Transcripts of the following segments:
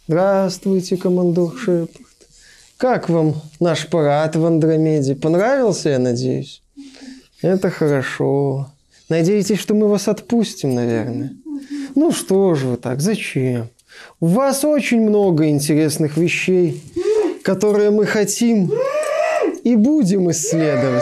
Здравствуйте, командор Шепард. Как вам наш парад в Андромеде? Понравился, я надеюсь? Это хорошо. Надеетесь, что мы вас отпустим, наверное? Ну что же вы так, зачем? У вас очень много интересных вещей, которые мы хотим и будем исследовать.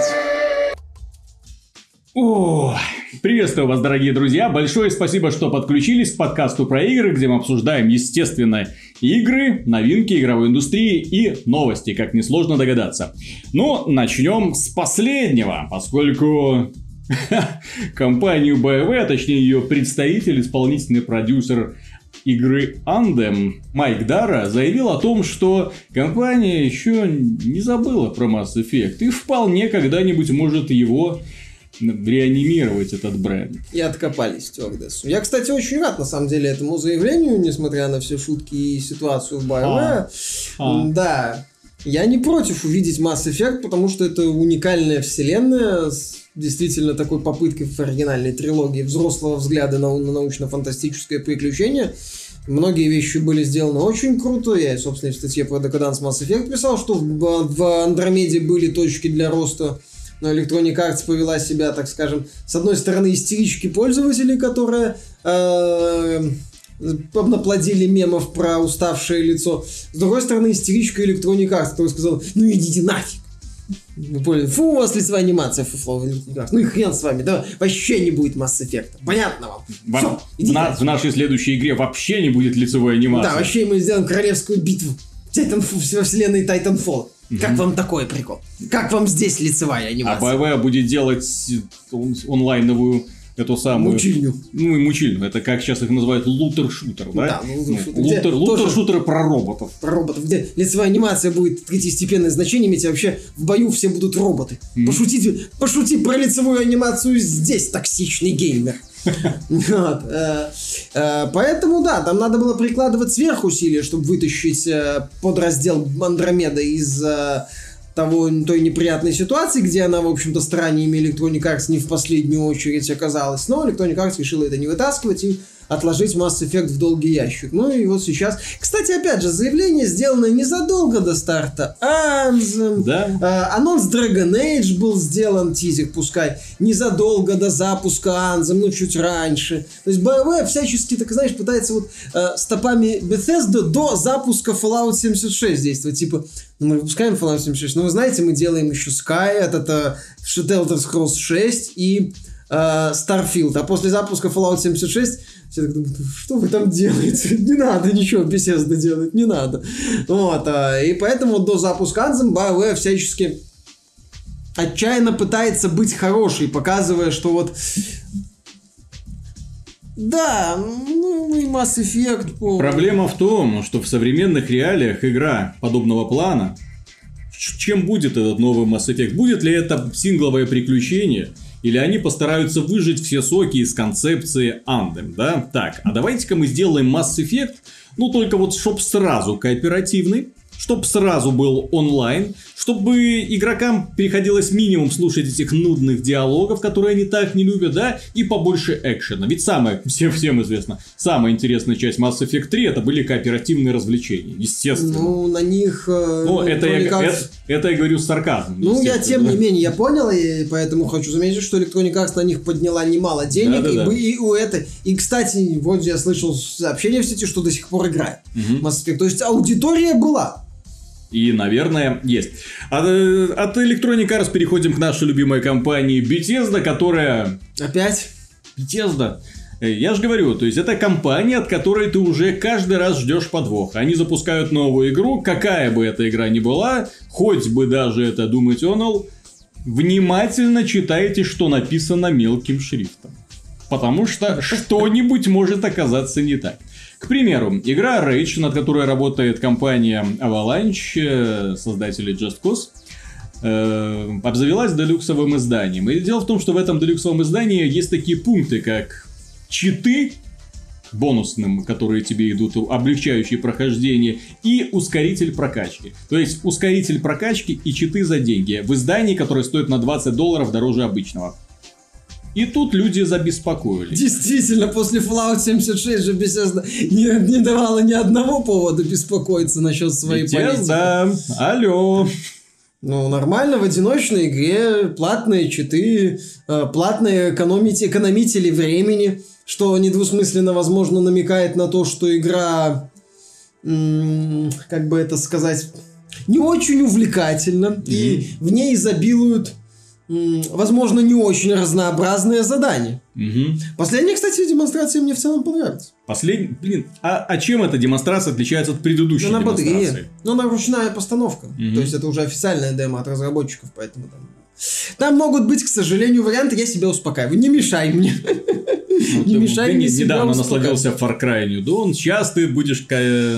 О, приветствую вас, дорогие друзья. Большое спасибо, что подключились к подкасту про игры, где мы обсуждаем, естественно, игры, новинки игровой индустрии и новости, как несложно догадаться. Но начнем с последнего, поскольку компанию BioWare, а точнее ее представитель, исполнительный продюсер игры Anthem Майк Дара заявил о том, что компания еще не забыла про Mass Effect и вполне когда-нибудь может его реанимировать, этот бренд. И откопались стюардессу. Я, кстати, очень рад, на самом деле, этому заявлению, несмотря на все шутки и ситуацию в BioWare. Да, я не против увидеть Mass Effect, потому что это уникальная вселенная с действительно такой попыткой в оригинальной трилогии взрослого взгляда на научно-фантастическое приключение. Многие вещи были сделаны очень круто. Я, собственно, в статье про Decadence Mass Effect писал, что в Андромеде были точки для роста. Но Electronic Arts повела себя, так скажем, с одной стороны, истерички пользователей, которые наплодили мемов про уставшее лицо. С другой стороны, истеричка Electronic Arts, которая сказала: ну идите нафиг. Фу, у вас лицевая анимация, фуфло, ну и хрен с вами, да, вообще не будет Mass Effect. Понятно вам? В нашей следующей игре вообще не будет лицевой анимации. Да, вообще мы сделаем королевскую битву во вселенной Titanfall. Как вам такой прикол? Как вам здесь лицевая анимация? А BioWare будет делать онлайновую эту самую... Мучильню. Ну и мучильню. Это как сейчас их называют лутер-шутер, да? Да, лутер-шутер. Лутер-шутеры про роботов. Про роботов. Где лицевая анимация будет третьестепенное значение иметь, а вообще в бою все будут роботы. Пошути про лицевую анимацию здесь, токсичный геймер. Поэтому, да, там надо было прикладывать сверхусилия, чтобы вытащить подраздел Андромеда из той неприятной ситуации, где она, в общем-то, стараниями Electronic Arts не в последнюю очередь оказалась. Но Electronic Arts решила это не вытаскивать и отложить Mass Effect в долгий ящик. Ну и вот сейчас... Кстати, опять же, заявление сделано незадолго до старта Anthem. Да. Анонс Dragon Age был сделан, тизер пускай, незадолго до запуска Anthem, ну чуть раньше. То есть BioWare всячески, так знаешь, пытается вот стопами Bethesda до запуска Fallout 76 действовать. Типа, ну, мы выпускаем Fallout 76, но вы знаете, мы делаем еще Sky, это Elder Scrolls 6 и Starfield. А после запуска Fallout 76 все так думают: что вы там делаете? Не надо ничего Bethesda делать, не надо. Вот, и поэтому до запуска Anthem BioWare всячески отчаянно пытается быть хорошей, показывая, что вот да, ну и Mass Effect... Проблема в том, что в современных реалиях игра подобного плана, чем будет этот новый Mass Effect? Будет ли это сингловое приключение? Или они постараются выжать все соки из концепции Anthem, да? Так, а давайте-ка мы сделаем Mass Effect, ну только вот чтоб сразу кооперативный, чтоб сразу был онлайн, чтобы игрокам приходилось минимум слушать этих нудных диалогов, которые они так не любят, да, и побольше экшена. Ведь всем известно, самая интересная часть Mass Effect 3 это были кооперативные развлечения, естественно. Ну, на них... это я говорю с сарказмом. Ну, я тем не менее, я понял, и поэтому хочу заметить, что Electronic Arts на них подняла немало денег, и у этой... И, кстати, вот я слышал сообщение в сети, что до сих пор играет Mass Effect. То есть аудитория была. И, наверное, есть. От Electronic Arts переходим к нашей любимой компании Bethesda, которая... Опять? Bethesda. Я же говорю, то есть это компания, от которой ты уже каждый раз ждешь подвоха. Они запускают новую игру, какая бы эта игра ни была, хоть бы даже это Doom Eternal, внимательно читайте, что написано мелким шрифтом. Потому что что-нибудь может оказаться не так. К примеру, игра Rage, над которой работает компания Avalanche, создатели Just Cause, обзавелась делюксовым изданием. И дело в том, что в этом делюксовом издании есть такие пункты, как читы бонусным, которые тебе идут, облегчающие прохождение, и ускоритель прокачки. То есть ускоритель прокачки и читы за деньги в издании, которое стоит на $20 дороже обычного. И тут люди забеспокоились. Действительно, после Fallout 76 же Bethesda не давала ни одного повода беспокоиться насчет своей политики. Да, алло. Ну, нормально, в одиночной игре платные читы, платные экономители времени, что недвусмысленно, возможно, намекает на то, что игра, как бы это сказать, не очень увлекательна, и в ней изобилуют, возможно, не очень разнообразные задания. Последняя, кстати, демонстрация мне в целом понравилась. А чем эта демонстрация отличается от предыдущей демонстрации? Она ручная постановка. То есть это уже официальная демо от разработчиков, поэтому там могут быть, к сожалению, варианты. Я себя успокаиваю. Не мешай мне. Не мешай мне себя недавно успокаивать. насладился Far Cry New Dawn. Сейчас ты будешь...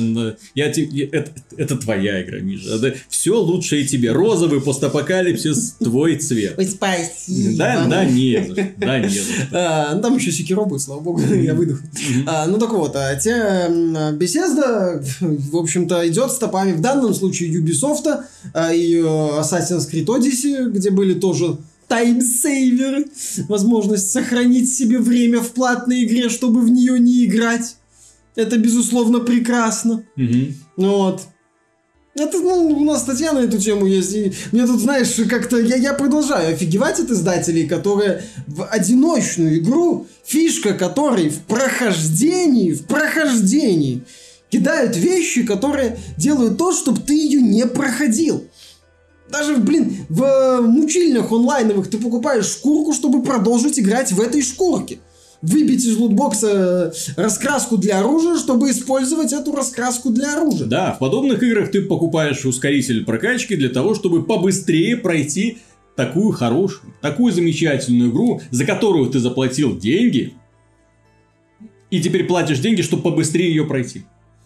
Это твоя игра, Миша. Все лучшее тебе. Розовый постапокалипсис, твой цвет. Ой, спасибо. Да, не за что. Там еще Секиро будет, слава богу, я выдохну. Ну так вот, Bethesda, в общем-то, идет стопами, в данном случае, Ubisoft и Assassin's Creed Odyssey, где были тоже таймсейверы, возможность сохранить себе время в платной игре, чтобы в нее не играть. Это, безусловно, прекрасно. Вот. Это, у нас статья на эту тему есть. И мне тут, знаешь, как-то я продолжаю офигевать от издателей, которые в одиночную игру, фишка которой в прохождении кидают вещи, которые делают то, чтобы ты ее не проходил. Даже, в мучильнях онлайновых ты покупаешь шкурку, чтобы продолжить играть в этой шкурке. Выбить из лутбокса раскраску для оружия, чтобы использовать эту раскраску для оружия. Да, в подобных играх ты покупаешь ускоритель прокачки для того, чтобы побыстрее пройти такую хорошую, такую замечательную игру, за которую ты заплатил деньги, и теперь платишь деньги, чтобы побыстрее ее пройти.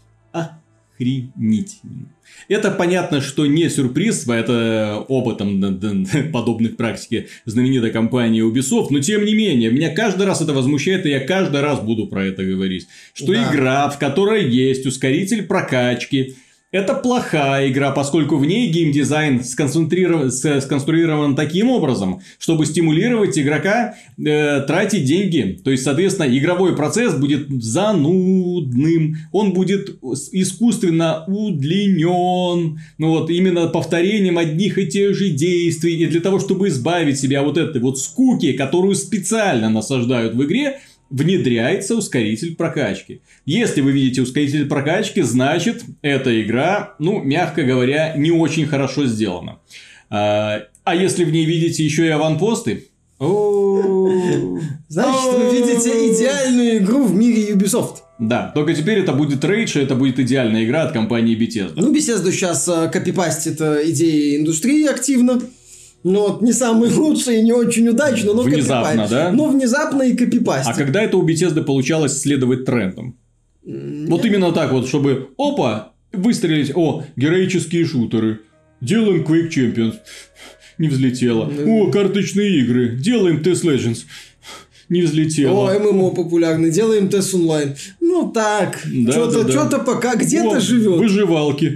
Охренительно. Это понятно, что не сюрприз, это опытом подобных практик знаменитой компании Ubisoft, но тем не менее, меня каждый раз это возмущает, и я каждый раз буду про это говорить. Что игра, в которой есть ускоритель прокачки, это плохая игра, поскольку в ней геймдизайн сконструирован таким образом, чтобы стимулировать игрока тратить деньги. То есть, соответственно, игровой процесс будет занудным, он будет искусственно удлинен, именно повторением одних и тех же действий. И для того, чтобы избавить себя от этой скуки, которую специально насаждают в игре, внедряется ускоритель прокачки. Если вы видите ускоритель прокачки, значит, эта игра, мягко говоря, не очень хорошо сделана. А если в ней видите еще и аванпосты... Значит, вы видите идеальную игру в мире Ubisoft. Да, только теперь это будет Rage, это будет идеальная игра от компании Bethesda. Bethesda сейчас копипастит идеи индустрии активно. Не самый лучший и не очень удачно, но внезапно, да? Но внезапно и копипастит. А когда это у Bethesda получалось следовать трендам? Вот именно так чтобы выстрелить, героические шутеры, делаем Quake Champions, не взлетело. Карточные игры, делаем TES Legends, не взлетело. ММО популярный, делаем TES Online. Так, что-то пока где-то живет. Выживалки.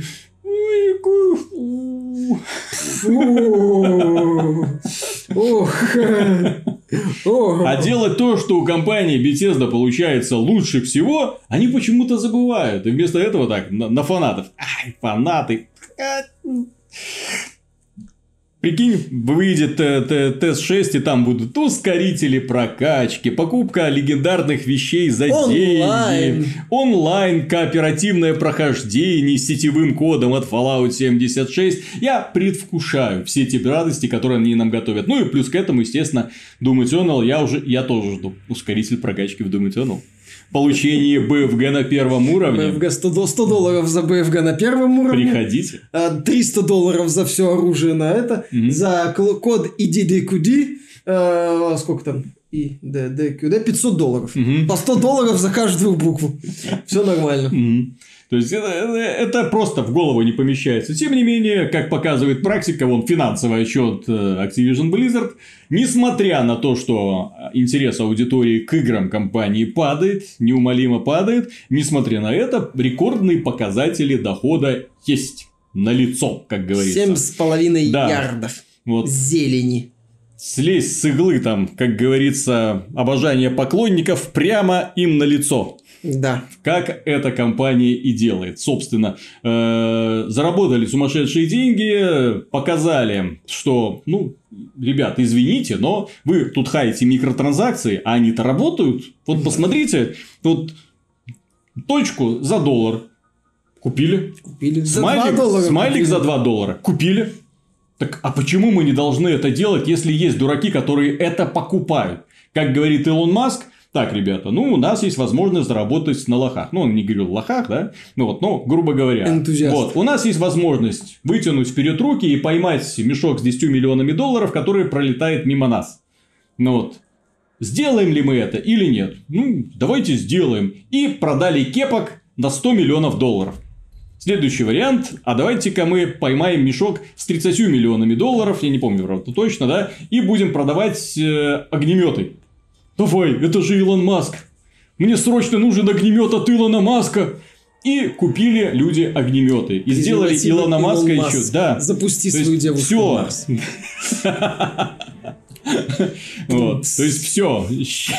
А делать то, что у компании Bethesda получается лучше всего, они почему-то забывают. И вместо этого на фанатов. Фанаты. Прикинь, выйдет TES 6, и там будут ускорители прокачки, покупка легендарных вещей за деньги, онлайн кооперативное прохождение с сетевым кодом от Fallout 76. Я предвкушаю все те радости, которые они нам готовят. И плюс к этому, естественно, Doom Eternal я тоже жду ускоритель прокачки в Doom Eternal. Получение BFG на первом уровне. BFG $100 за BFG на первом уровне. Приходите. $300 за все оружие на это. За код IDDQD. Сколько там? IDDQD. $500. По $100 за каждую букву. Все нормально. То есть, это просто в голову не помещается. Тем не менее, как показывает практика, финансовый отчет Activision Blizzard, несмотря на то, что интерес аудитории к играм компании падает, неумолимо падает, несмотря на это, рекордные показатели дохода есть налицо, как говорится. 7,5 ярдов зелени. слезть с иглы там, как говорится, обожание поклонников прямо им на лицо. Да. Как эта компания и делает. Собственно, заработали сумасшедшие деньги, показали, что, ребята, извините, но вы тут хаете микротранзакции, а они-то работают. Вот посмотрите, вот точку за $1 купили. За Смайлик, $2 смайлик купили. за $2 купили. Так, а почему мы не должны это делать, если есть дураки, которые это покупают? Как говорит Илон Маск, так, ребята, у нас есть возможность заработать на лохах. Он не говорил лохах, да? Но, грубо говоря. Энтузиаст. Вот, у нас есть возможность вытянуть вперед руки и поймать мешок с 10 миллионами $, который пролетает мимо нас. Сделаем ли мы это или нет? Давайте сделаем. И продали кепок на $100 миллионов. Следующий вариант. А давайте-ка мы поймаем мешок с 30 миллионами $. Я не помню, правда, точно, да? И будем продавать огнеметы. Давай, это же Илон Маск. Мне срочно нужен огнемет от Илона Маска. И купили люди огнеметы. И сделали Илона Маска еще. Да. Запусти свою девушку. Все. То есть все.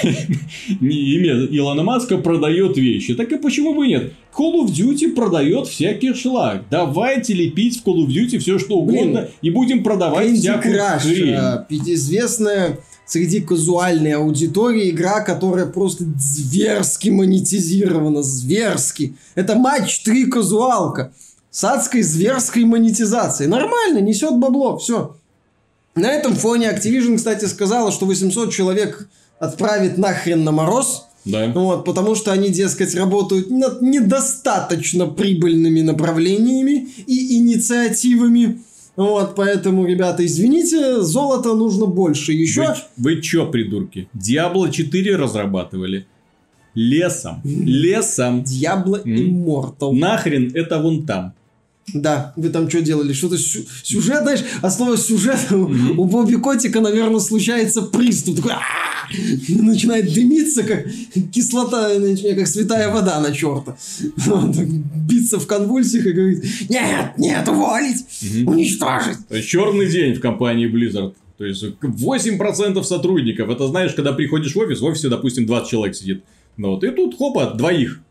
Имя Илона Маска продает вещи. Так и почему бы нет? Call of Duty продает всякий шлак. Давайте лепить в Call of Duty все что угодно и будем продавать всякую хрень. Известная среди казуальной аудитории игра, которая просто зверски монетизирована. Зверски. Это матч 3 казуалка. С адской зверской монетизацией. Нормально, несет бабло. Все. На этом фоне Activision, кстати, сказала, что 800 человек отправит нахрен на мороз. Да. Потому что они, дескать, работают над недостаточно прибыльными направлениями и инициативами. Поэтому, ребята, извините, золота нужно больше. Еще... Вы чё, придурки? Diablo 4 разрабатывали. Лесом. Diablo Immortal. Нахрен это вон там. Да, вы там что делали? Что-то сюжет, знаешь, от слова сюжет у Бобби Котика, наверное, случается приступ. Такой начинает дымиться, как кислота, как святая вода на черта. Биться в конвульсиях и говорит: нет, уволить, уничтожить. То есть черный день в компании Blizzard. То есть 8% сотрудников. Это знаешь, когда приходишь в офисе, допустим, 20 человек сидит. И тут хопа, 2.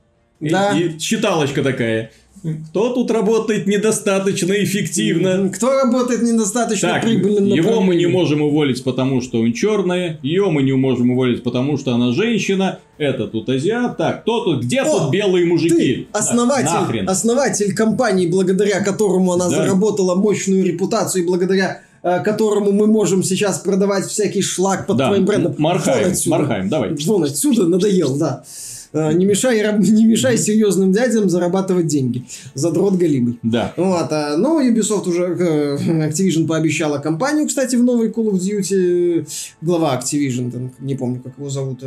Да. И считалочка такая. Кто тут работает недостаточно эффективно? Кто работает недостаточно так, прибыльно? Его мы не можем уволить, потому что он черный. Ее мы не можем уволить, потому что она женщина. Это тут азиат. Так, кто тут? Где тут белые мужики? Ты основатель компании, благодаря которому она заработала мощную репутацию и благодаря которому мы можем сейчас продавать всякий шлак под твоим брендом. Мархайм, давай. Вон отсюда, надоел, да. Не мешай серьезным дядям зарабатывать деньги. Задрот галимый. Да. Но Ubisoft уже... Activision пообещала компанию, кстати, в новой Call of Duty. Глава Activision, не помню, как его зовут.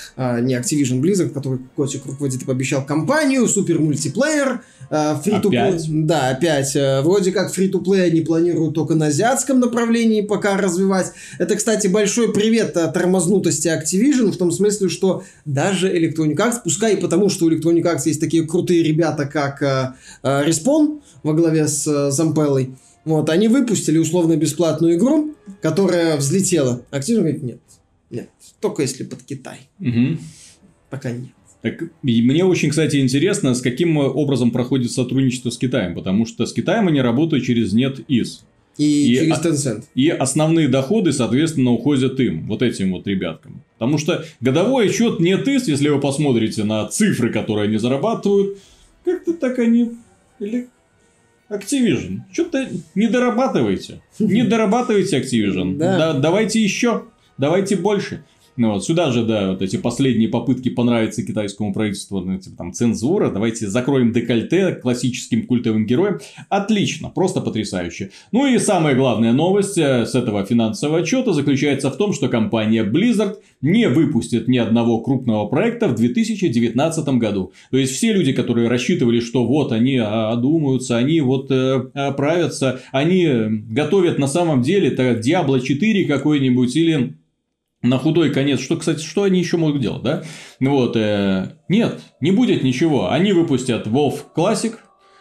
Не Activision Blizzard, который Котик руководит, пообещал компанию. Супер мультиплеер. Опять? Да, опять. Вроде как фри-то-плей они планируют только на азиатском направлении пока развивать. Это, кстати, большой привет тормознутости Activision, в том смысле, что даже Electronic Arts, пускай и потому, что у Electronic Arts есть такие крутые ребята, как Respawn во главе с Зампеллой, они выпустили условно-бесплатную игру, которая взлетела. Activision говорит: нет, только если под Китай. Угу. Пока нет. Так, мне очень, кстати, интересно, с каким образом проходит сотрудничество с Китаем, потому что с Китаем они работают через NetEase. И через Tencent. И основные доходы, соответственно, уходят им, вот этим вот ребяткам. Потому что годовой отчет NetEase, если вы посмотрите на цифры, которые они зарабатывают, как-то так они... Или Activision, что-то не дорабатываете. Не дорабатывайте, Activision. Да. Давайте еще, давайте больше. Сюда же, да, вот эти последние попытки понравиться китайскому правительству, типа там цензура, давайте закроем декольте классическим культовым героем. Отлично, просто потрясающе. И самая главная новость с этого финансового отчета заключается в том, что компания Blizzard не выпустит ни одного крупного проекта в 2019 году. То есть все люди, которые рассчитывали, что вот они одумаются, они вот оправятся, они готовят на самом деле Diablo 4 какой-нибудь или... На худой конец, что они еще могут делать, да? Нет, не будет ничего. Они выпустят WoW Classic,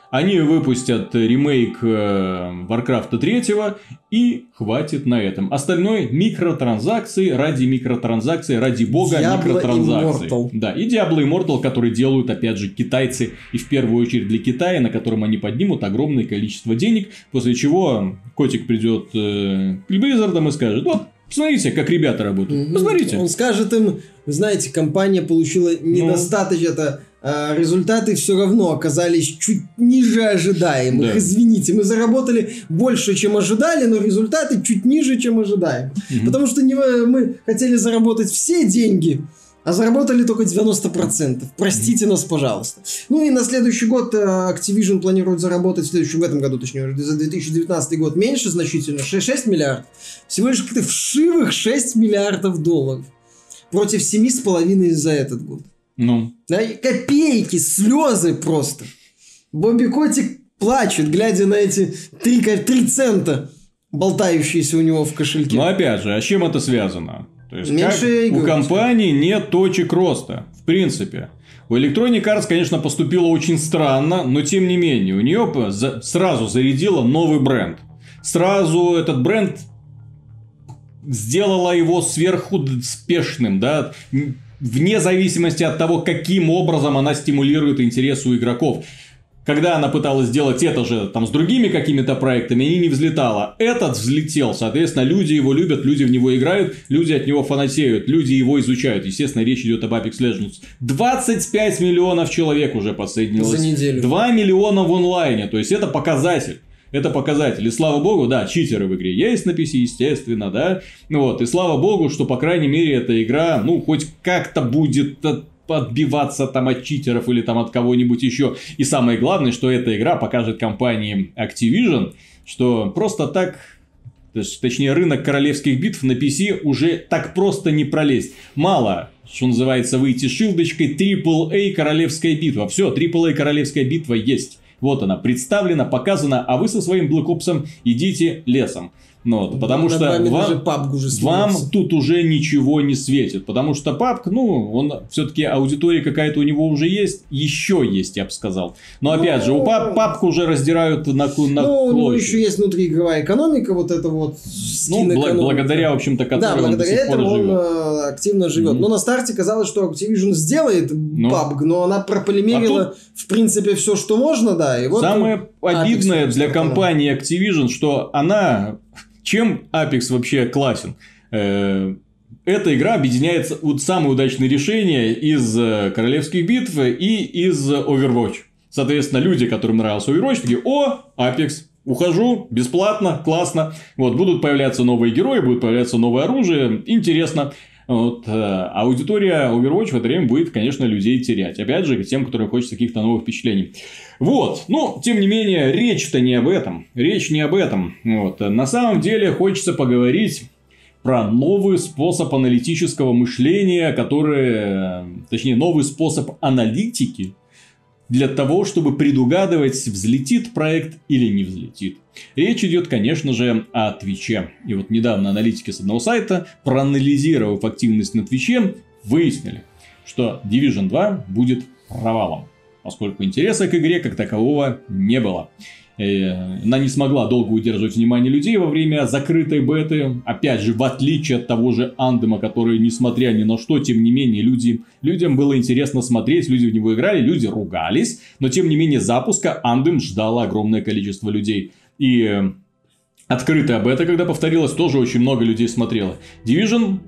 Они выпустят ремейк Warcraft 3 и хватит на этом. Остальное микротранзакции, ради бога, Diablo микротранзакции. Immortal. Да, и Diablo Immortal, который делают, опять же, китайцы, и в первую очередь для Китая, на котором они поднимут огромное количество денег, после чего котик придет к Blizzard и скажет: вот, посмотрите, как ребята работают. Посмотрите. Он скажет им: вы знаете, компания получила недостаточно, результаты все равно оказались чуть ниже ожидаемых. Да. Извините, мы заработали больше, чем ожидали, но результаты чуть ниже, чем ожидаем. Потому что мы хотели заработать все деньги, а заработали только 90%. Простите нас, пожалуйста. Ну и на следующий год Activision планирует заработать, в этом году, точнее, за 2019 год меньше значительно, 6 миллиардов. Всего лишь каких-то вшивых 6 миллиардов долларов. Против 7,5 за этот год. Ну. Да, копейки, слезы просто. Бобби Котик плачет, глядя на эти 3 цента, болтающиеся у него в кошельке. Но опять же, а с чем это связано? То есть, Меньше у компании нет точек роста, в принципе. У Electronic Arts, конечно, поступило очень странно, но тем не менее, у нее сразу зарядило новый бренд. Сразу этот бренд сделала его сверхуспешным, да, вне зависимости от того, каким образом она стимулирует интерес у игроков. Когда она пыталась сделать это же там с другими какими-то проектами, они не взлетала. Этот взлетел, соответственно, люди его любят, люди в него играют, люди от него фанатеют, люди его изучают. Естественно, речь идет об Apex Legends. 25 миллионов человек уже подсоединилось. За неделю. 2 миллиона в онлайне, то есть это показатель. Это показатель. И слава богу, да, читеры в игре есть на PC, естественно, да. Вот. И слава богу, что, по крайней мере, эта игра, ну, хоть как-то будет отбиваться там от читеров или там от кого-нибудь еще. И самое главное, что эта игра покажет компании Activision, что просто так, точнее, рынок королевских битв на PC уже так просто не пролезть. Мало, что называется, выйти с шилдочкой AAA королевская битва. Все, AAA королевская битва есть. Вот она, представлена, показана, а вы со своим Black Ops'ом идите лесом. Вот, потому что вам тут уже ничего не светит. Потому что PUBG, ну, он все-таки аудитория какая-то у него уже есть. Еще есть, я бы сказал. Но опять же, у PUBG уже раздирают на клочья. Ну, еще есть внутриигровая экономика, вот это вот. Ну, благодаря, в общем-то, которой он до сих пор живет. Он активно живет. Но на старте казалось, что Activision сделает PUBG, но она прополимерила, в принципе, все, что можно, да. И вот самое обидное для компании Activision, что она... Чем Apex вообще классен? Эта игра объединяется вот самые удачные решения из королевских битв и из Overwatch. Соответственно, люди, которым нравился Overwatch, такие: о, Apex, ухожу, бесплатно, классно. Вот, будут появляться новые герои, будет появляться новое оружие, интересно. Вот, аудитория Overwatch в это время будет, конечно, людей терять. Опять же, тем, которым хочется каких-то новых впечатлений. Вот, но, тем не менее, речь-то не об этом. Речь не об этом. Вот. На самом деле, хочется поговорить про новый способ аналитического мышления, точнее, новый способ аналитики для того, чтобы предугадывать, взлетит проект или не взлетит. Речь идет, конечно же, о Твиче. И вот недавно аналитики с одного сайта, проанализировав активность на Твиче, выяснили, что Division 2 будет провалом, поскольку интереса к игре как такового не было. Она не смогла долго удерживать внимание людей во время закрытой беты. Опять же, в отличие от того же Андема, который, несмотря ни на что, тем не менее, людям было интересно смотреть, люди в него играли, люди ругались. Но, тем не менее, запуска Андем ждало огромное количество людей. И открытая бета, когда повторилась, тоже очень много людей смотрело. Division...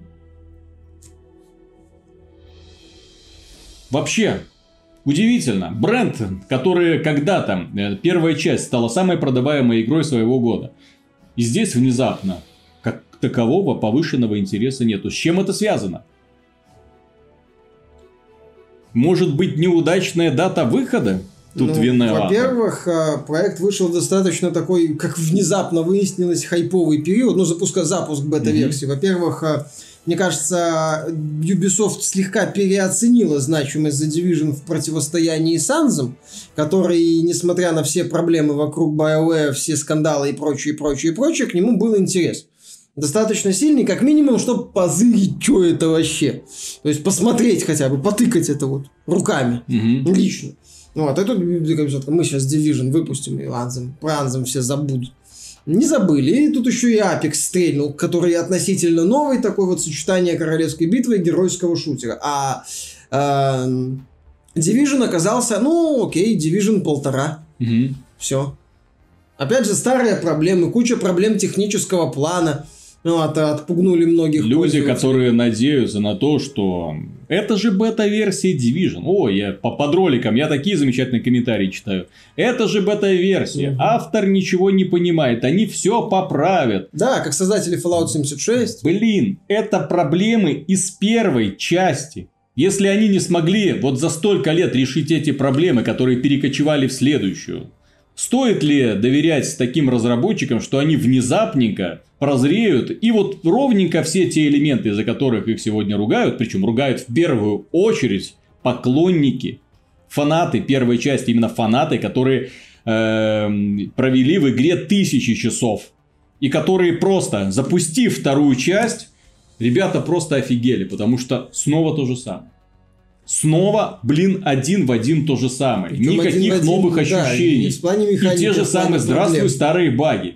Вообще... Удивительно, бренд, который когда-то, первая часть, стала самой продаваемой игрой своего года. И здесь внезапно, как такового, повышенного интереса нету. С чем это связано? Может быть, неудачная дата выхода? Тут виновата. Во-первых, проект вышел достаточно такой, как внезапно выяснилось, хайповый период. Ну, запуск бета-версии. Во-первых, мне кажется, Ubisoft слегка переоценила значимость The Division в противостоянии с Anthem, который, несмотря на все проблемы вокруг BioWare, все скандалы и прочее, к нему был интерес. Достаточно сильный, как минимум, чтобы позырить, что это вообще. То есть, посмотреть хотя бы, потыкать это вот руками, лично. Вот, и тут мы сейчас Division выпустим, и про Anthem все забудут. Не забыли. И тут еще и Apex стрельнул, который относительно новый, такой вот сочетание королевской битвы и геройского шутера. А Division оказался, Division 1.5. Все. Опять же, старые проблемы, куча проблем технического плана. Отпугнули многих люди, которые надеются на то, что это же бета-версия Division. Я под роликом, я такие замечательные комментарии читаю. Это же бета-версия. Автор ничего не понимает. Они все поправят. Да, как создатели Fallout 76. Блин, это проблемы из первой части. Если они не смогли вот за столько лет решить эти проблемы, которые перекочевали в следующую, стоит ли доверять таким разработчикам, что они внезапненько прозреют и вот ровненько все те элементы, из-за которых их сегодня ругают, причем ругают в первую очередь поклонники, фанаты первой части, именно фанаты, которые провели в игре тысячи часов и которые просто, запустив вторую часть, ребята просто офигели, потому что снова то же самое. Снова, один в один то же самое. Причем никаких новых ощущений. И те же самые здравствуй старые баги.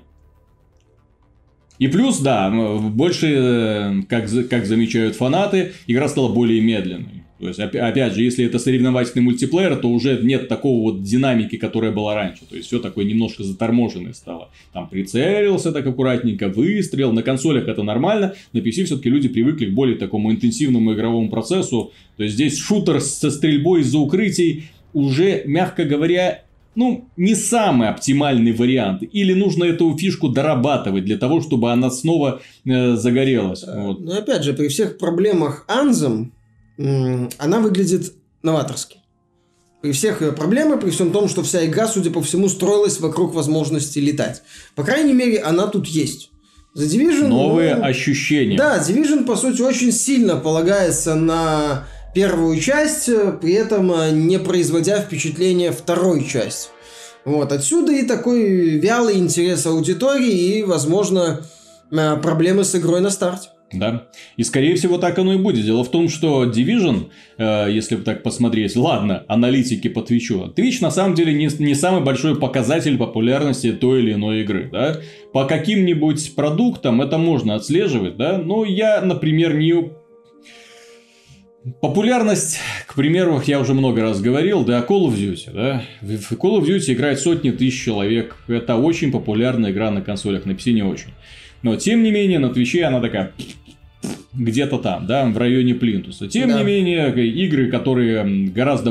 И плюс, да, больше, как замечают фанаты, игра стала более медленной. То есть, опять же, если это соревновательный мультиплеер, то уже нет такого вот динамики, которая была раньше. То есть, все такое немножко заторможенное стало. Там прицелился так аккуратненько, выстрелил. На консолях это нормально. На PC все-таки люди привыкли к более такому интенсивному игровому процессу. То есть, здесь шутер со стрельбой из-за укрытий уже, мягко говоря, не самый оптимальный вариант. Или нужно эту фишку дорабатывать для того, чтобы она снова загорелась. Вот. Но опять же, при всех проблемах Anthem она выглядит новаторски. При всех ее проблемах, при всем том, что вся игра, судя по всему, строилась вокруг возможности летать. По крайней мере, она тут есть. The Division... Новые ощущения. Да, Division, по сути, очень сильно полагается на первую часть, при этом не производя впечатления второй части. Вот. Отсюда и такой вялый интерес аудитории и, возможно, проблемы с игрой на старте. Да. И, скорее всего, так оно и будет. Дело в том, что Division, если так посмотреть, ладно, аналитики по Twitch. Twitch, на самом деле, не самый большой показатель популярности той или иной игры. Да? По каким-нибудь продуктам это можно отслеживать, да? Но я, например, не... Популярность, к примеру, я уже много раз говорил, да, Call of Duty, да. В Call of Duty играет сотни тысяч человек. Это очень популярная игра на консолях, на PC не очень. Но, тем не менее, на Твиче она такая... где-то там, да, в районе Плинтуса. Тем не менее, игры, которые гораздо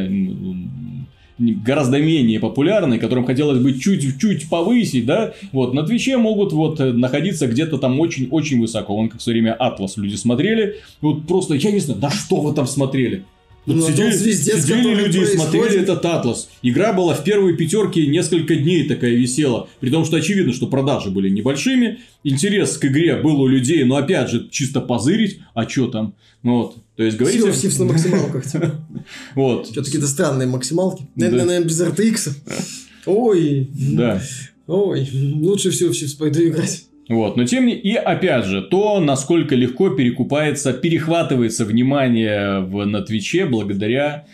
менее популярны, которым хотелось бы чуть-чуть повысить, да, вот, на Твиче могут вот находиться где-то там очень-очень высоко. Вон как в свое время Atlas люди смотрели, вот просто, я не знаю, да что вы там смотрели? Вот сидели люди и смотрели этот Atlas. Игра была в первой пятерке несколько дней такая висела. При том, что очевидно, что продажи были небольшими. Интерес к игре был у людей, но опять же, чисто позырить. А что там? Вот. То есть, говорите... Сивс на максималках. Вот. Что-то какие-то странные максималки. Наверное, без RTX. Ой. Да. Ой. Лучше всего в Сивс пойду играть. Вот, но тем не менее, и опять же, то, насколько легко перехватывается внимание на Твиче благодаря,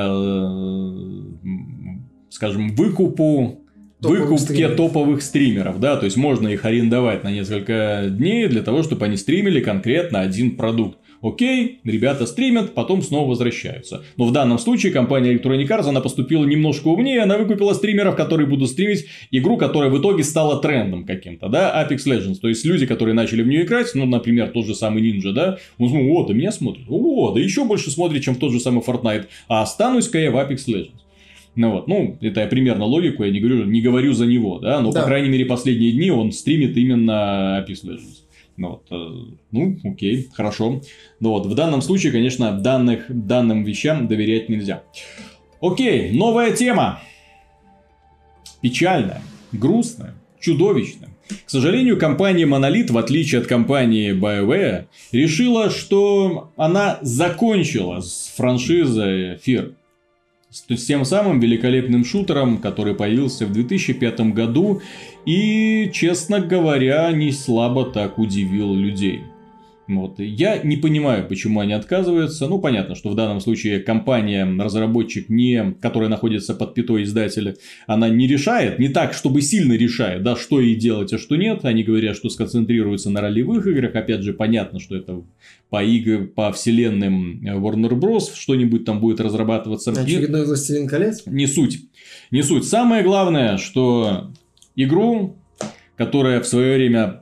скажем, выкупке топовых стримеров, да, то есть можно их арендовать на несколько дней для того, чтобы они стримили конкретно один продукт. Окей, ребята стримят, потом снова возвращаются. Но в данном случае компания Electronic Arts, она поступила немножко умнее, она выкупила стримеров, которые будут стримить игру, которая в итоге стала трендом каким-то, да, Apex Legends. То есть, люди, которые начали в нее играть, например, тот же самый Ninja, да, он смотрит, да меня смотрит, да еще больше смотрит, чем в тот же самый Fortnite, а останусь-ка я в Apex Legends. Это я примерно логику, я не говорю за него, да, но, по крайней мере, последние дни он стримит именно Apex Legends. Окей, хорошо. В данном случае, конечно, данным вещам доверять нельзя. Окей, новая тема. Печальная, грустная, чудовищная. К сожалению, компания Monolith, в отличие от компании BioWare, решила, что она закончила с франшизой Fear. с тем самым великолепным шутером, который появился в 2005 году и, честно говоря, не слабо так удивил людей. Вот. Я не понимаю, почему они отказываются. Ну, понятно, что в данном случае компания, разработчик, которая находится под пятой издателя, она не решает, не так, чтобы сильно решает, да, что ей делать, а что нет. Они говорят, что сконцентрируются на ролевых играх. Опять же, понятно, что это по вселенным Warner Bros. Что-нибудь там будет разрабатываться. Очередной «Властелин колец»? Не суть. Не суть. Самое главное, что игру, которая в свое время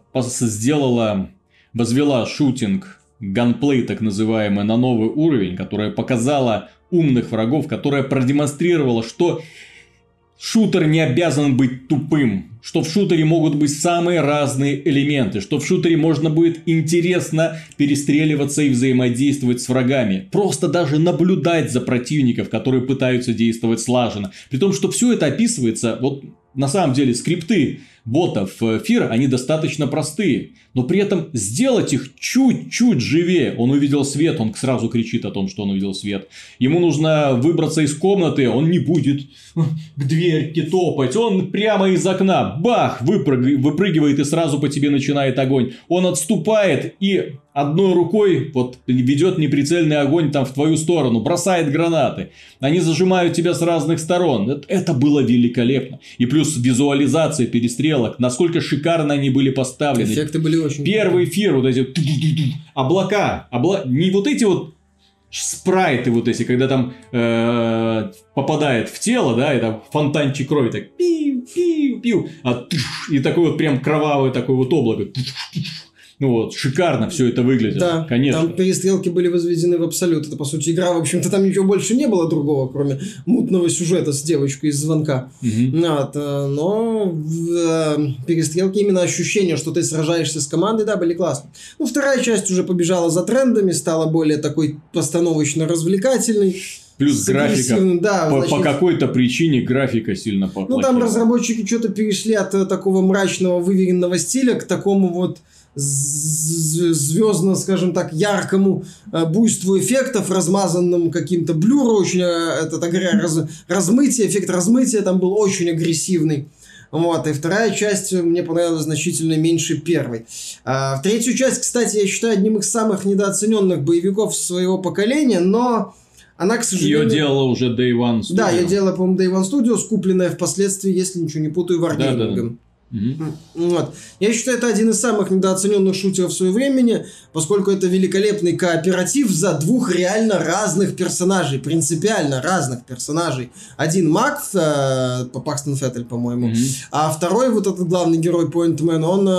возвела шутинг, ганплей так называемый, на новый уровень, которая показала умных врагов, которая продемонстрировала, что шутер не обязан быть тупым, что в шутере могут быть самые разные элементы, что в шутере можно будет интересно перестреливаться и взаимодействовать с врагами. Просто даже наблюдать за противников, которые пытаются действовать слаженно. При том, что все это описывается, вот на самом деле скрипты ботов Fear, они достаточно простые, но при этом сделать их чуть-чуть живее. Он увидел свет, он сразу кричит о том, что он увидел свет. Ему нужно выбраться из комнаты, он не будет к дверке топать, он прямо из окна, бах, выпрыгивает и сразу по тебе начинает огонь. Он отступает и одной рукой вот ведет неприцельный огонь там в твою сторону, бросает гранаты. Они зажимают тебя с разных сторон. Это было великолепно. И плюс визуализация перестрелок, насколько шикарно они были поставлены. Эффекты были очень... Первый эфир, вот эти облака, не вот эти вот спрайты вот эти, когда там попадает в тело, да, и там фонтанчик крови, так пиу-пиу-пиу, и такой вот прям кровавое такое вот облако. Ну вот, шикарно все это выглядело, да, конечно. Там перестрелки были возведены в абсолют. Это, по сути, игра, в общем-то, там ничего больше не было другого, кроме мутного сюжета с девочкой из звонка. Вот, но перестрелки, именно ощущение, что ты сражаешься с командой, да, были классные. Ну, вторая часть уже побежала за трендами, стала более такой постановочно-развлекательной. Плюс графика, да, по какой-то причине графика сильно поплохела. Ну, там разработчики что-то перешли от такого мрачного, выверенного стиля к такому вот звездно, скажем так, яркому буйству эффектов, размазанным каким-то блюром, очень размытие, эффект размытия там был очень агрессивный. Вот, и вторая часть мне понравилась значительно меньше первой. Третью часть, кстати, я считаю одним из самых недооцененных боевиков своего поколения, но она, к сожалению... Ее делала уже Day One Studio. Да, ее делала, по-моему, Day One Studio, купленная впоследствии, если ничего не путаю, Wargaming. Вот. Я считаю, это один из самых недооцененных шутеров своего времени, поскольку это великолепный кооператив за двух реально разных персонажей, принципиально разных персонажей. Один маг, Пакстон Феттель, по-моему, а второй, вот этот главный герой, Поинтмен, он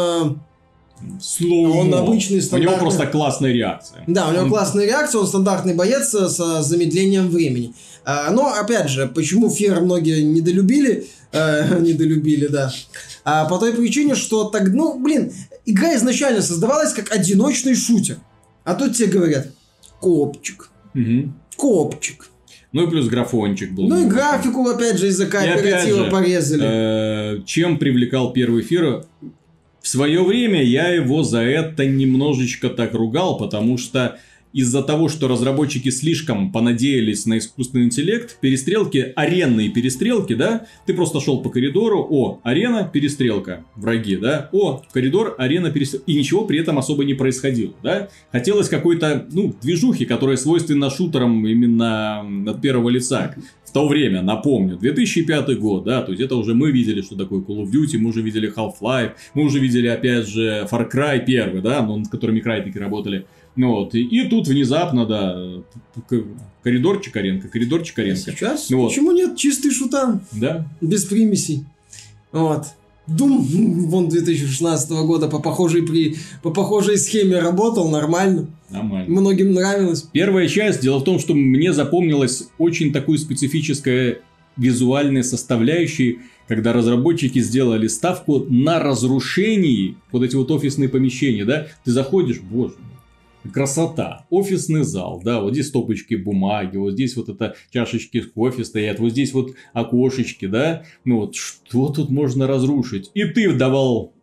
обычный стандартный... У него просто классная реакция. Да, у него классная реакция, он стандартный боец с замедлением времени. Но, опять же, почему Fear многие недолюбили, да. По той причине, что игра изначально создавалась как одиночный шутер. А тут тебе говорят, копчик. Копчик. Ну и плюс графончик был. Ну и графику, опять же, из-за кооператива порезали. Чем привлекал первый Fear? В свое время я его за это немножечко так ругал, потому что из-за того, что разработчики слишком понадеялись на искусственный интеллект, перестрелки, аренные перестрелки, да, ты просто шел по коридору, арена, перестрелка, враги, да, коридор, арена, перестрелка, и ничего при этом особо не происходило, да. Хотелось какой-то, движухи, которая свойственна шутерам именно от первого лица. В то время, напомню, 2005 год, да, то есть это уже мы видели, что такое Call of Duty, мы уже видели Half-Life, мы уже видели, опять же, Far Cry 1, да, над которыми крайтники работали. Вот, и тут внезапно, да, коридор Чикаренко. Сейчас? Почему нет? Чистый шутан. Да. Без примесей. Вот. Doom, вон 2016 года по похожей схеме работал, нормально. Многим нравилось. Первая часть, дело в том, что мне запомнилась очень такой специфическая визуальная составляющая, когда разработчики сделали ставку на разрушении вот эти вот офисные помещения, да, ты заходишь, боже мой. Красота. Офисный зал, да, вот здесь стопочки бумаги, вот здесь вот это чашечки кофе стоят, вот здесь вот окошечки, да, что тут можно разрушить? И ты давал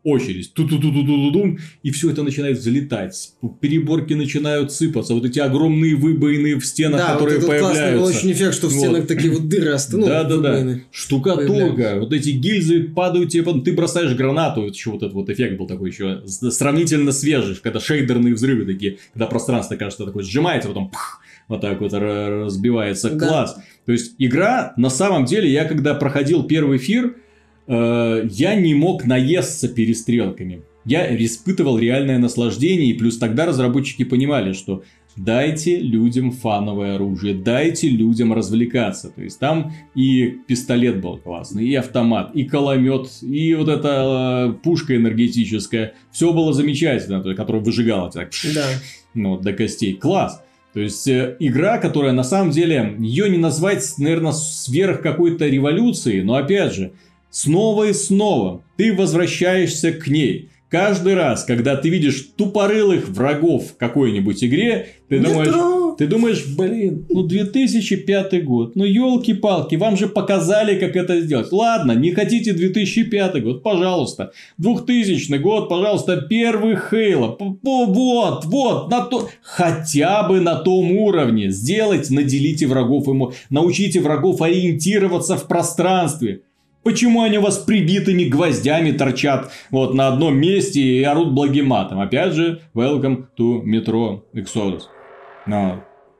очередь. Ту-ту-ту-ту-ту-дум. И все это начинает взлетать. Переборки начинают сыпаться. Вот эти огромные выбоины в стенах, Да, которые вот появляются. классный был очень эффект, что в стенах такие вот дыры остановлены. Да. Штукатурка. Вот эти гильзы падают тебе. Ты бросаешь гранату. Еще вот этот вот эффект был такой еще сравнительно свежий. Когда шейдерные взрывы такие. Когда пространство, кажется, такое сжимается, потом вот так вот разбивается. Да. Класс. То есть, игра, на самом деле, я когда проходил первый эфир, я не мог наесться перестрелками. Я испытывал реальное наслаждение. И плюс тогда разработчики понимали, что дайте людям фановое оружие, дайте людям развлекаться. То есть, там и пистолет был классный, и автомат, и кулемет, и вот эта пушка энергетическая. Все было замечательно, которая выжигала так, до костей. Класс. То есть, игра, которая на самом деле, ее не назвать, наверное, сверх какой-то революции, но опять же, снова и снова ты возвращаешься к ней. Каждый раз, когда ты видишь тупорылых врагов в какой-нибудь игре, ты думаешь, блин, 2005 год, елки-палки, вам же показали, как это сделать. Ладно, не хотите 2005 год, пожалуйста. 2000 год, пожалуйста, первый Halo. Вот, хотя бы на том уровне. Наделите врагов ему, научите врагов ориентироваться в пространстве. Почему они у вас прибитыми гвоздями торчат на одном месте и орут благим матом? Опять же, welcome to Metro Exodus. Но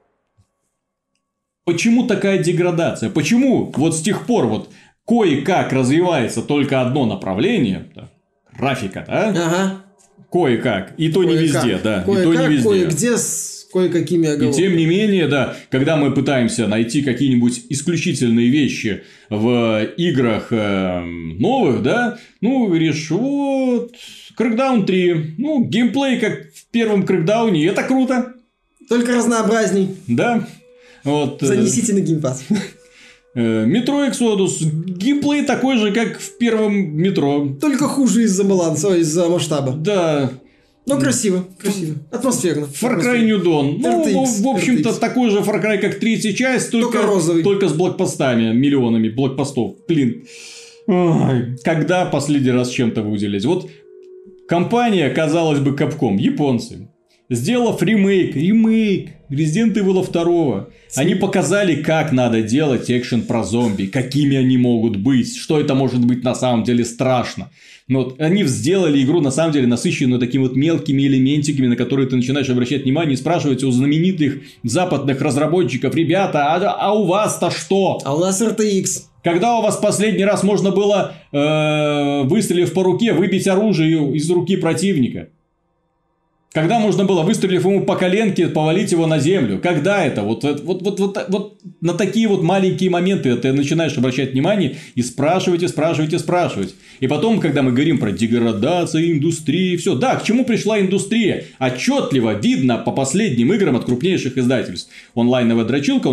почему такая деградация? Почему с тех пор кое-как развивается только одно направление? Графика, да? Ага. Кое-как. И то не везде, да. И то не везде. Кое-где с кое-какими оговорками. И тем не менее, да, когда мы пытаемся найти какие-нибудь исключительные вещи в играх новых, да, говоришь, Crackdown 3, геймплей как в первом Crackdown, это круто. Только разнообразней. Да. Занесите на геймпад. Metro Exodus. Геймплей такой же, как в первом метро. Только хуже из-за баланса, из-за масштаба. Да. Но красиво. Атмосферно. Far Cry New Dawn. В общем-то, такой же Far Cry, как третья часть, только розовый. Только с блокпостами, миллионами блокпостов. Блин. Ой, когда последний раз чем-то выделить? Компания, казалось бы, Capcom, японцы, сделав ремейк Resident Evil 2. Они показали, как надо делать экшен про зомби, какими они могут быть, что это может быть на самом деле страшно. Они сделали игру, на самом деле, насыщенную такими мелкими элементиками, на которые ты начинаешь обращать внимание и спрашивать у знаменитых западных разработчиков: ребята, а у вас-то что? А у нас RTX. Когда у вас последний раз можно было, выстрелив по руке, выбить оружие из руки противника? Когда можно было, выстрелив ему по коленке, повалить его на землю? Когда это? Вот на такие маленькие моменты ты начинаешь обращать внимание и спрашивать. И потом, когда мы говорим про деградацию индустрии, все. Да, к чему пришла индустрия? Отчетливо видно по последним играм от крупнейших издательств. Онлайновая дрочилка.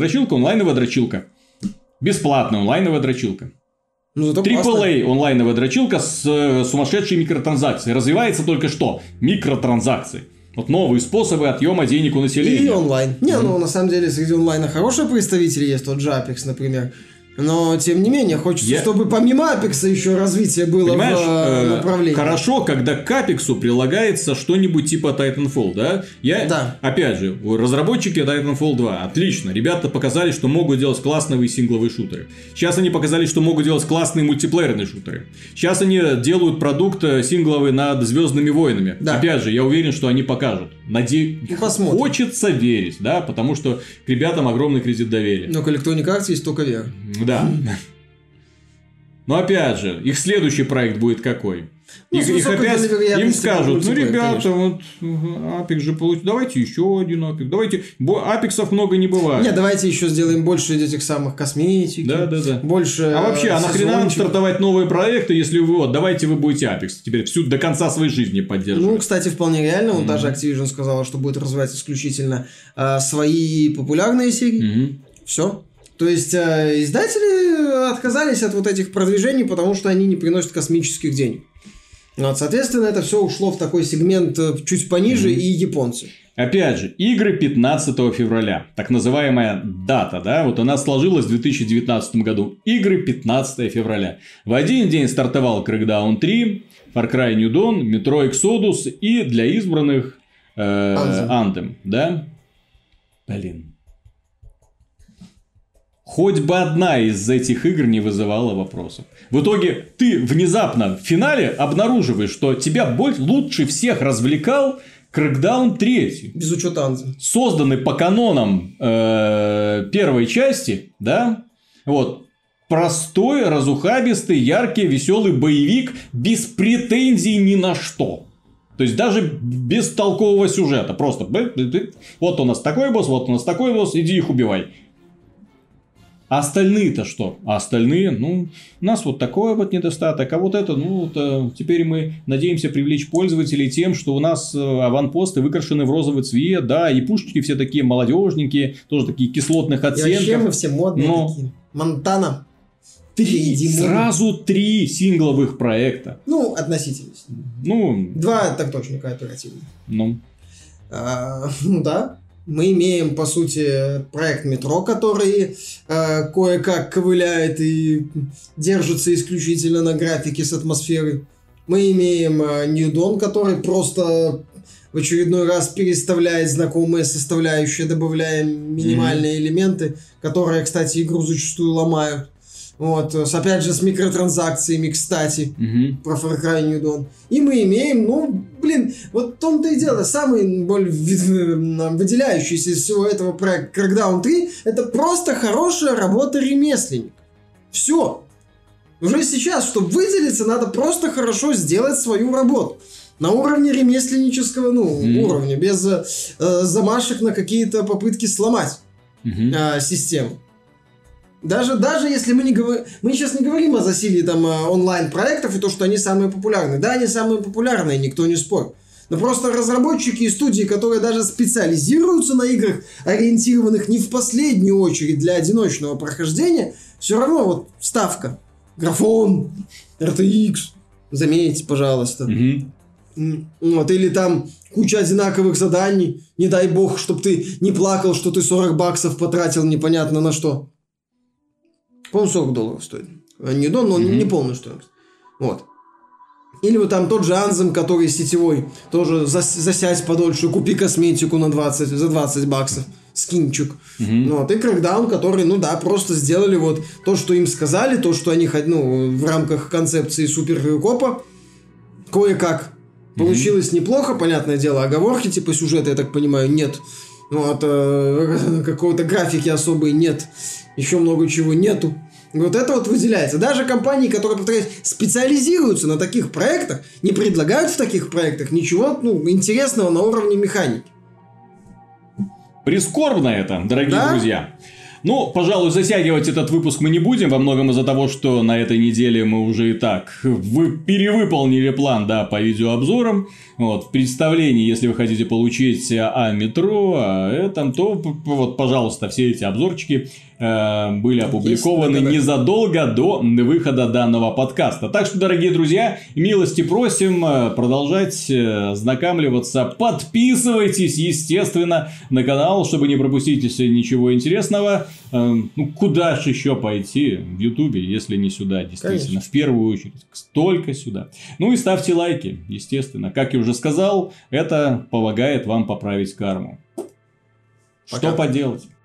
Бесплатная онлайновая дрочилка. AAA онлайновая дрочилка с сумасшедшей микротранзакцией. Развивается только что. Микротранзакции. Новые способы отъема денег у населения. И онлайн. На самом деле, среди онлайна хорошие представители есть. Тот же Apex, например. Но, тем не менее, хочется, чтобы помимо Apex еще развитие было в направлении. Хорошо, когда к Apex прилагается что-нибудь типа Titanfall, да? Опять же, разработчики Titanfall 2, отлично. Ребята показали, что могут делать классные сингловые шутеры. Сейчас они показали, что могут делать классные мультиплеерные шутеры. Сейчас они делают продукт сингловый над Звездными войнами. Да. Опять же, я уверен, что они покажут. Посмотрим. Хочется верить, да, потому что к ребятам огромный кредит доверия. Но к Electronic Arts есть только вера. Да. Но опять же, их следующий проект будет какой? Их опять им скажут: ребята, Apex же получит. Давайте еще один Apex. Давайте. Апексов много не бывает. Нет, давайте еще сделаем больше этих самых косметики. Да. Больше. А вообще, нахрена нам стартовать новые проекты, если давайте вы будете Apex теперь до конца своей жизни поддерживать? Кстати, вполне реально. Даже Activision сказала, что будет развивать исключительно свои популярные серии. Все. То есть, издатели отказались от этих продвижений, потому что они не приносят космических денег. Соответственно, это все ушло в такой сегмент чуть пониже, и японцы. Опять же, игры 15 февраля. Так называемая дата, да? Она сложилась в 2019 году. Игры 15 февраля. В один день стартовал Crackdown 3. Far Cry New Dawn, Metro Exodus и для избранных Anthem, да? Блин. Хоть бы одна из этих игр не вызывала вопросов. В итоге ты внезапно в финале обнаруживаешь, что тебя лучше всех развлекал Crackdown 3. Без учета Anthem. Созданный по канонам первой части, да? Вот. Простой, разухабистый, яркий, веселый боевик без претензий ни на что. То есть даже без толкового сюжета. Просто вот у нас такой босс, вот у нас такой босс, иди их убивай. А остальные-то что? А остальные, у нас вот такой вот недостаток, а вот это, теперь мы надеемся привлечь пользователей тем, что у нас аванпосты выкрашены в розовый цвет, да, и пушечки все такие молодежненькие, тоже такие кислотных оттенков. И вообще мы все модные такие. Монтана. Сразу 3 сингловых проекта. Относительно. 2 так точно кооперативные. Да. Мы имеем, по сути, проект Метро, который кое-как ковыляет и держится исключительно на графике с атмосферой. Мы имеем New Dawn, который просто в очередной раз переставляет знакомые составляющие, добавляя минимальные элементы, которые, кстати, игру зачастую ломают. Вот, опять же, с микротранзакциями, кстати, про Far Cry New Dawn. И мы имеем, вот в том-то и дело, самый выделяющийся из всего этого проект Crackdown 3, это просто хорошая работа ремесленника. Все. Уже сейчас, чтобы выделиться, надо просто хорошо сделать свою работу. На уровне ремесленнического, уровня, без замашек на какие-то попытки сломать систему. Даже если мы сейчас не говорим о засилии онлайн-проектов и то, что они самые популярные. Да, они самые популярные, никто не спорит. Но просто разработчики и студии, которые даже специализируются на играх, ориентированных не в последнюю очередь для одиночного прохождения, все равно вот ставка. Графон, RTX, заметьте, пожалуйста. Вот, или там куча одинаковых заданий. Не дай бог, чтобы ты не плакал, что ты $40 потратил непонятно на что. По-моему, $40 стоит. Не Dawn, но не полную стоимость. Вот. Или вот там тот же Anthem, который сетевой. Тоже засядь подольше, купи косметику за $20. Скинчик. Вот. И Crackdown, который, просто сделали вот то, что им сказали, то, что они в рамках концепции суперкопа кое-как получилось неплохо. Понятное дело, оговорки типа сюжета, я так понимаю, нет. Вот, какого-то графики особой нет. Еще много чего нету. Вот это вот выделяется. Даже компании, которые, повторяюсь, специализируются на таких проектах, не предлагают в таких проектах ничего интересного на уровне механики. Прискорбно это, дорогие друзья. Пожалуй, затягивать этот выпуск мы не будем, во многом из-за того, что на этой неделе мы уже и так перевыполнили план, по видеообзорам. Вот, в представлении, если вы хотите получить о метро, о этом, то вот, пожалуйста, все эти обзорчики были опубликованы незадолго до выхода данного подкаста. Так что, дорогие друзья, милости просим продолжать знакомливаться. Подписывайтесь, естественно, на канал, чтобы не пропустить ничего интересного. Куда же еще пойти в Ютубе, если не сюда, действительно. Конечно. В первую очередь. Только сюда. И ставьте лайки, естественно. Как я уже сказал, это помогает вам поправить карму. Пока. Что поделать?